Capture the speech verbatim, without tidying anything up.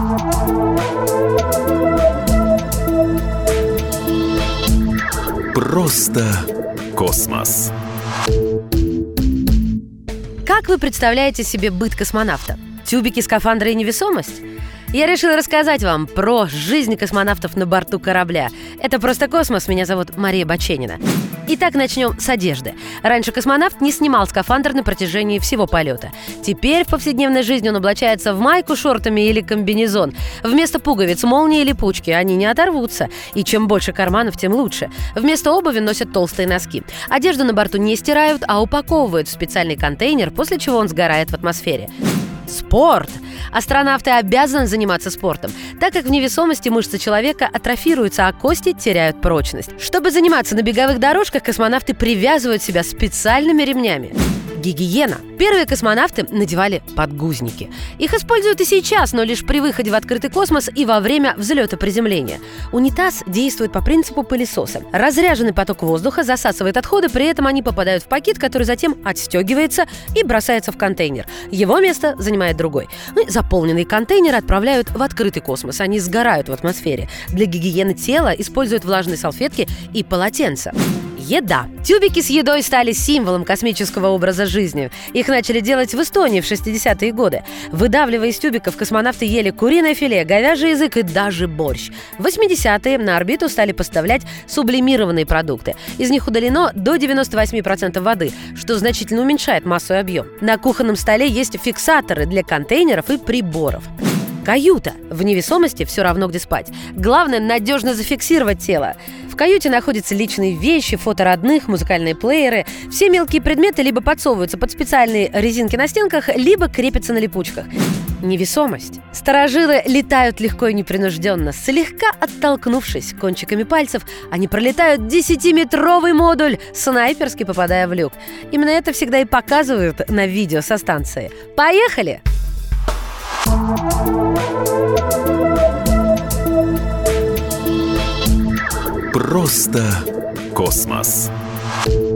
Просто космос. Как вы представляете себе быт космонавта? Тюбики, скафандры и невесомость? Я решила рассказать вам про жизнь космонавтов на борту корабля. Это «Просто космос», меня зовут Мария Баченина. Итак, начнем с одежды. Раньше космонавт не снимал скафандр на протяжении всего полета. Теперь в повседневной жизни он облачается в майку с шортами или комбинезон. Вместо пуговиц молнии или пучки, они не оторвутся. И чем больше карманов, тем лучше. Вместо обуви носят толстые носки. Одежду на борту не стирают, а упаковывают в специальный контейнер, после чего он сгорает в атмосфере. Спорт. Астронавты обязаны заниматься спортом, так как в невесомости мышцы человека атрофируются, а кости теряют прочность. Чтобы заниматься на беговых дорожках, космонавты привязывают себя специальными ремнями. Гигиена. Первые космонавты надевали подгузники. Их используют и сейчас, но лишь при выходе в открытый космос и во время взлета-приземления. Унитаз действует по принципу пылесоса. Разряженный поток воздуха засасывает отходы, при этом они попадают в пакет, который затем отстегивается и бросается в контейнер. Его место занимает другой. Ну и заполненные контейнеры отправляют в открытый космос. Они сгорают в атмосфере. Для гигиены тела используют влажные салфетки и полотенца. Еда. Тюбики с едой стали символом космического образа жизни. Их начали делать в Эстонии в шестидесятые годы. Выдавливая из тюбиков, космонавты ели куриное филе, говяжий язык и даже борщ. В восьмидесятые на орбиту стали поставлять сублимированные продукты. Из них удалено до девяноста восьми процентов воды, что значительно уменьшает массу и объем. На кухонном столе есть фиксаторы для контейнеров и приборов. Каюта. В невесомости все равно, где спать. Главное – надежно зафиксировать тело. В каюте находятся личные вещи, фото родных, музыкальные плееры. Все мелкие предметы либо подсовываются под специальные резинки на стенках, либо крепятся на липучках. Невесомость. Старожилы летают легко и непринужденно. Слегка оттолкнувшись кончиками пальцев, они пролетают десятиметровый модуль, снайперски попадая в люк. Именно это всегда и показывают на видео со станции. Поехали! Просто космос.